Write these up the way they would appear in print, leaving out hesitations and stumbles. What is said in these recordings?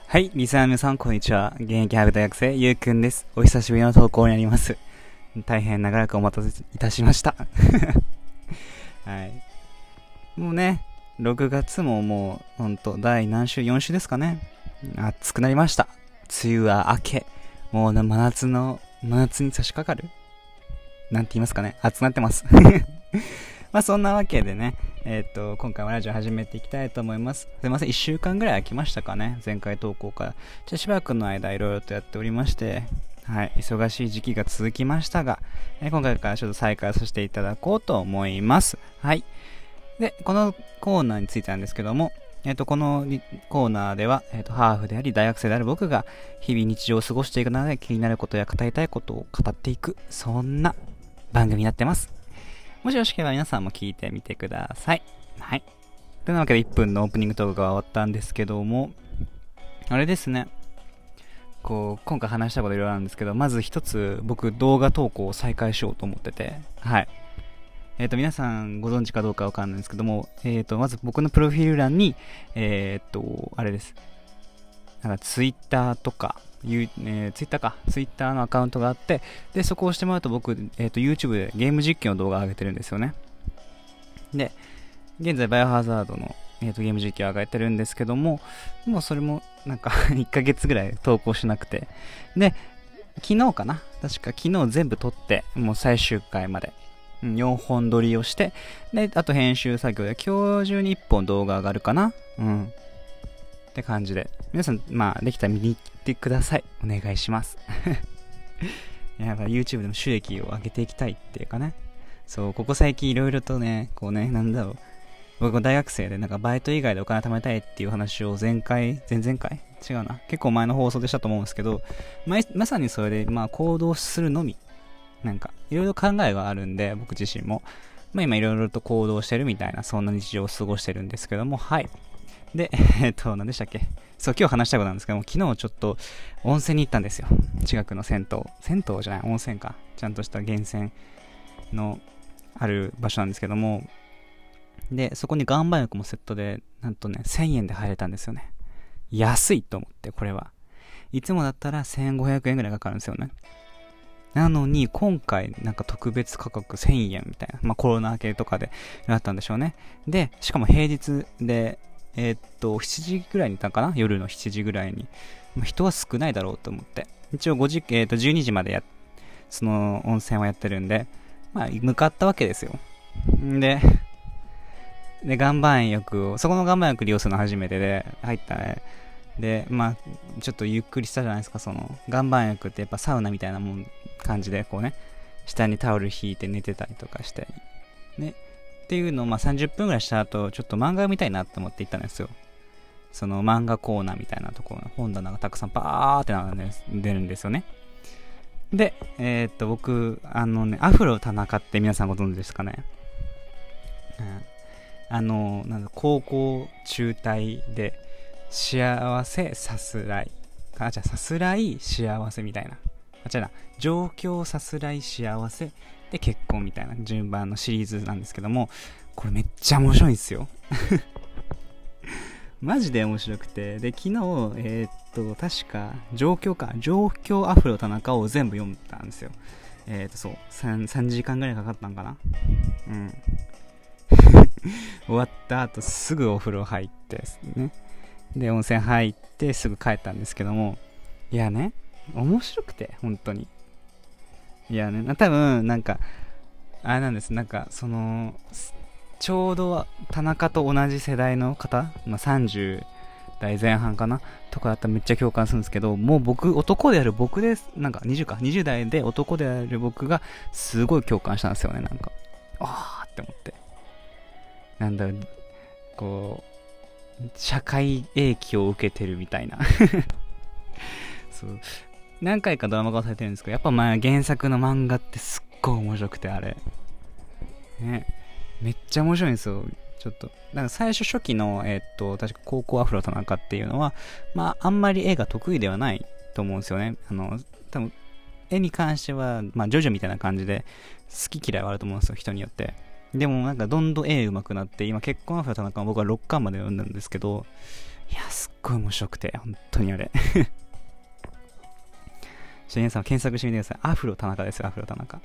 はい、リスナーの皆さん、こんにちは。現役ハーフ大学生、ゆうくんです。お久しぶりの投稿になります。大変長らくお待たせいたしました。はい。もうね、6月ももう、ほんと、第何週 ?4 週ですかね。暑くなりました。梅雨は明け。もう真夏に差し掛かるなんて言いますかね。暑くなってます。まあそんなわけでね、今回もラジオ始めていきたいと思います。すいません、1週間ぐらい空きましたかね、前回投稿から。じゃあしばらくの間いろいろとやっておりまして、はい、忙しい時期が続きましたが、今回からちょっと再開させていただこうと思います。はい。で、このコーナーについてなんですけども、このコーナーでは、ハーフであり大学生である僕が日々日常を過ごしていく中で気になることや語りたいことを語っていく、そんな番組になってます。もしよろしければ皆さんも聞いてみてください。はい。というわけで1分のオープニングトークが終わったんですけども、あれですね。今回話したこといろいろあるんですけど、まず一つ僕動画投稿を再開しようと思ってて、はい。皆さんご存知かどうかわかんないんですけども、まず僕のプロフィール欄に、あれです。なんかツイッターとか、ツイッターのアカウントがあって、で、そこを押してもらうと僕、YouTube でゲーム実況の動画を上げてるんですよね。で、現在バイオハザードの、ゲーム実況を上げてるんですけども、もうそれもなんか1ヶ月ぐらい投稿しなくて、で、昨日かな確か昨日全部撮って、もう最終回まで、4本撮りをして、で、あと編集作業で今日中に1本動画上がるかなって感じで。皆さん、できたら見に行ってください。お願いします。やっぱ YouTube でも収益を上げていきたいっていうかね。そう、ここ最近いろいろとね、僕も大学生でなんかバイト以外でお金貯めたいっていう話を前々回違うな。結構前の放送でしたと思うんですけど、まさにそれで行動するのみ。なんか、いろいろ考えがあるんで、僕自身も。今いろいろと行動してるみたいな、そんな日常を過ごしてるんですけども、はい。で、何でしたっけ？そう、今日話したいことなんですけども、昨日ちょっと温泉に行ったんですよ。近くの銭湯じゃない、温泉か。ちゃんとした源泉のある場所なんですけども、で、そこに岩盤浴もセットで、なんとね、1000円で入れたんですよね。安いと思って、これは。いつもだったら1500円ぐらいかかるんですよね。なのに、今回、なんか特別価格1000円みたいな。コロナ明けとかでなったんでしょうね。で、しかも平日で、7時ぐらいにいたかな夜の7時ぐらいに。人は少ないだろうと思って。一応12時までその温泉はやってるんで、向かったわけですよ。で、岩盤浴を、そこの岩盤浴利用するの初めてで、入ったね。で、ちょっとゆっくりしたじゃないですか、岩盤浴ってやっぱサウナみたいな感じで、下にタオル引いて寝てたりとかして、ね。っていうのを30分ぐらいした後、ちょっと漫画を見たいなと思って行ったんですよ。その漫画コーナーみたいなところの本棚がたくさんバーって並んでるんですよね。で、僕、アフロ田中って皆さんご存知ですかね。高校中退で、幸せ、さすらい。さすらい、幸せみたいな。状況、さすらい、幸せ。で結婚みたいな順番のシリーズなんですけども、これめっちゃ面白いんですよ。マジで面白くて、で昨日確か状況アフロ田中を全部読んだんですよ。そう 3時間ぐらいかかったんかな。終わった後すぐお風呂入ってね、で温泉入ってすぐ帰ったんですけども、いやね、面白くて本当に。いやね、多分あれなんです。ちょうど田中と同じ世代の方、30代前半かなとかだったらめっちゃ共感するんですけど、もう男である僕です。20代で男である僕がすごい共感したんですよね。あーって思って。社会影響を受けてるみたいな。そう。何回かドラマ化されてるんですけど、やっぱ原作の漫画ってすっごい面白くて、あれ。ね。めっちゃ面白いんですよ。ちょっと。最初初期の、確か高校アフロ田中っていうのは、あんまり絵が得意ではないと思うんですよね。多分、絵に関しては、ジョジョみたいな感じで、好き嫌いはあると思うんですよ、人によって。でもどんどん絵上手くなって、今結婚アフロ田中は僕は6巻まで読んだんですけど、 いや、すっごい面白くて、本当にあれ。皆さん検索してみてください。アフロ田中ですよ、アフロ田中。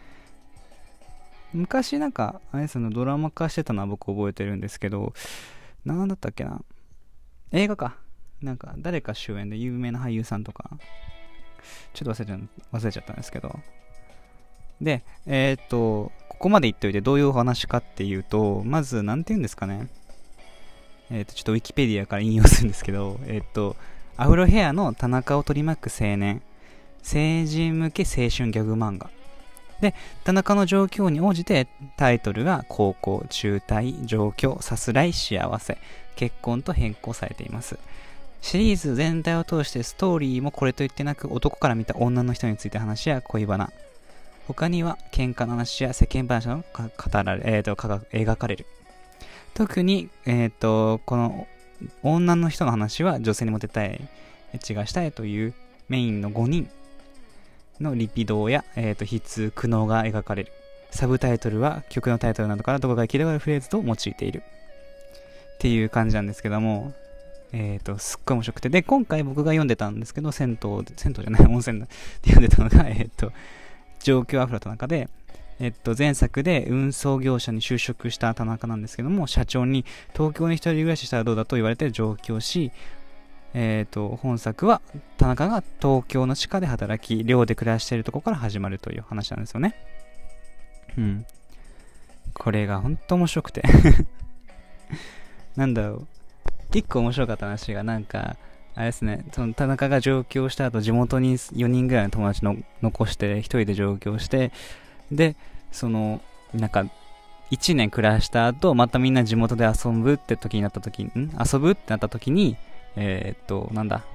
昔なんか、あれそのドラマ化してたのは僕覚えてるんですけど、なんだったっけな。映画か。なんか、誰か主演で有名な俳優さんとか、ちょっと忘れちゃったんですけど。で、ここまで言っておいてどういうお話かっていうと、まず、なんて言うんですかね。ちょっとウィキペディアから引用するんですけど、アフロヘアの田中を取り巻く青年、成人向け青春ギャグ漫画。で、田中の状況に応じてタイトルが高校、中退、上京、さすらい、幸せ、結婚と変更されています。シリーズ全体を通してストーリーもこれといってなく、男から見た女の人について話や恋バナ、他には喧嘩の話や世間話の描かれる。特に、この女の人の話は女性にモテたい、エッチがしたいというメインの5人のリピドーや、悲痛、苦悩が描かれる。サブタイトルは曲のタイトルなどからどこか聞いたことあるフレーズと用いている。っていう感じなんですけども、すっごい面白くて。で、今回僕が読んでたんですけど、銭湯じゃない、温泉で読んでたのが、状況アフロ田中で、前作で運送業者に就職した田中なんですけども、社長に東京に一人暮らししたらどうだと言われて上京し、本作は田中が東京の地下で働き、寮で暮らしているところから始まるという話なんですよね。うん。これが本当面白くて。なんだろう。一個面白かった話が、なんか、あれですね、その田中が上京した後、地元に4人ぐらいの友達の残して、一人で上京して、で、なんか、1年暮らした後、またみんな地元で遊ぶってなった時に、なんだ、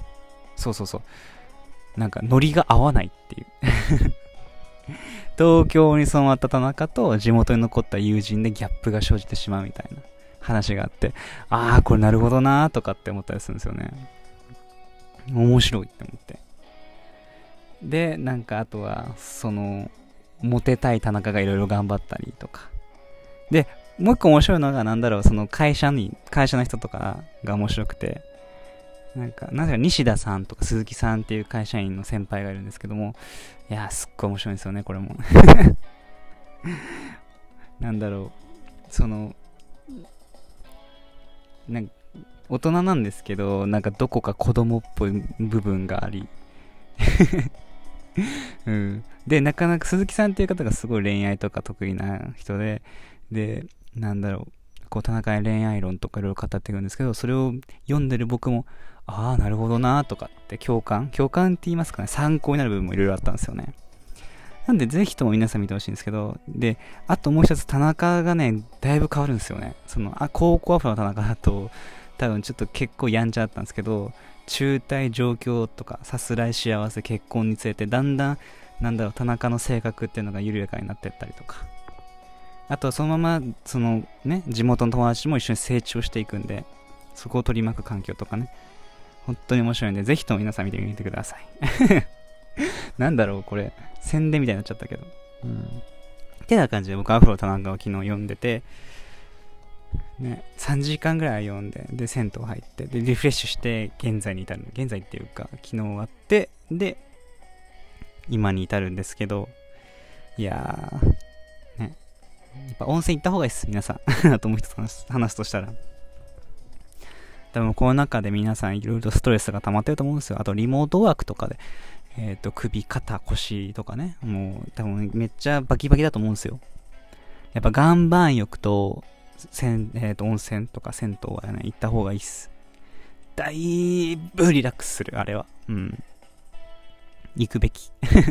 なんか、ノリが合わないっていう。東京に染まった田中と地元に残った友人でギャップが生じてしまうみたいな話があって、これなるほどなーとかって思ったりするんですよね。面白いって思って。で、なんかあとは、モテたい田中がいろいろ頑張ったりとか。で、もう一個面白いのが、会社の人とかが面白くて、なんか西田さんとか鈴木さんっていう会社員の先輩がいるんですけども、いやー、すっごい面白いんですよね、これも。なんか大人なんですけど、なんかどこか子供っぽい部分があり、うん、で、なかなか鈴木さんっていう方がすごい恋愛とか得意な人で、田中に恋愛論とかいろいろ語ってくるんですけど、それを読んでる僕も、なるほどなとかって共感って言いますかね、参考になる部分もいろいろあったんですよね。なんでぜひとも皆さん見てほしいんですけど、で、あともう一つ田中がね、だいぶ変わるんですよね。高校アフロの田中だと、多分ちょっと結構やんちゃだったんですけど、中退状況とかさすらい幸せ結婚につれてだんだん田中の性格っていうのが緩やかになっていったりとか、あとはそのまま地元の友達も一緒に成長していくんで、そこを取り巻く環境とかね、本当に面白いんでぜひとも皆さん見てみてください。これ宣伝みたいになっちゃったけど、ってな感じで僕アフロ田中を昨日読んでてね、3時間ぐらい読んで、で、銭湯入って、で、リフレッシュして、現在っていうか、昨日終わって、で、今に至るんですけど、いやー、ね、やっぱ温泉行った方がいいです、皆さん。あともう一つ話すとしたら。多分この中で皆さんいろいろとストレスが溜まってると思うんですよ。あとリモートワークとかで、首、肩、腰とかね、もう多分めっちゃバキバキだと思うんですよ。やっぱ岩盤浴と、温泉とか銭湯はね、行った方がいいっす。だいぶリラックスする、あれは。うん。行くべき。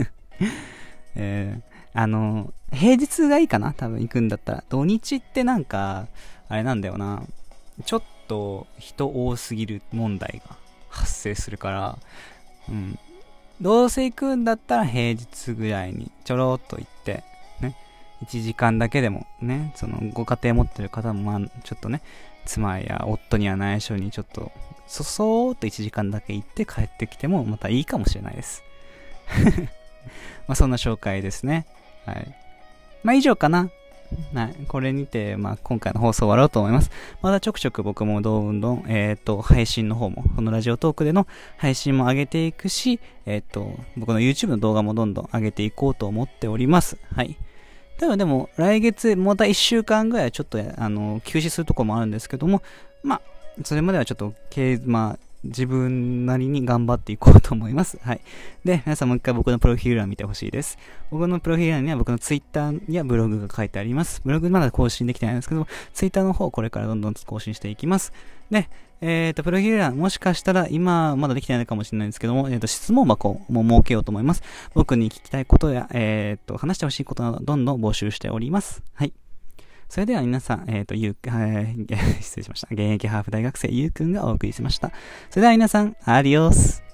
平日がいいかな多分行くんだったら。土日ってなんか、あれなんだよな。ちょっと人多すぎる問題が発生するから、うん。どうせ行くんだったら平日ぐらいにちょろっと行って、ね。1時間だけでもね、ご家庭持ってる方もちょっとね、妻や夫には内緒にちょっとそーっと1時間だけ行って帰ってきてもまたいいかもしれないです。そんな紹介ですね。はい。以上かな。 はい。これにて、今回の放送終わろうと思います。またちょくちょく僕もどんどん、配信の方も、このラジオトークでの配信も上げていくし、僕の YouTube の動画もどんどん上げていこうと思っております。はい。多分でも、来月、また1週間ぐらいちょっと、休止するところもあるんですけども、それまではちょっと、自分なりに頑張っていこうと思います。はい。で、皆さんもう一回僕のプロフィール欄見てほしいです。僕のプロフィール欄には僕のツイッターやブログが書いてあります。ブログまだ更新できてないんですけど、ツイッターの方これからどんどん更新していきます。で、プロフィール欄もしかしたら今まだできてないかもしれないんですけども、質問箱も設けようと思います。僕に聞きたいことや、話してほしいことなどどんどん募集しております。はい。それでは皆さん、失礼しました。現役ハーフ大学生ゆうくんがお送りしました。それでは皆さん、アディオス。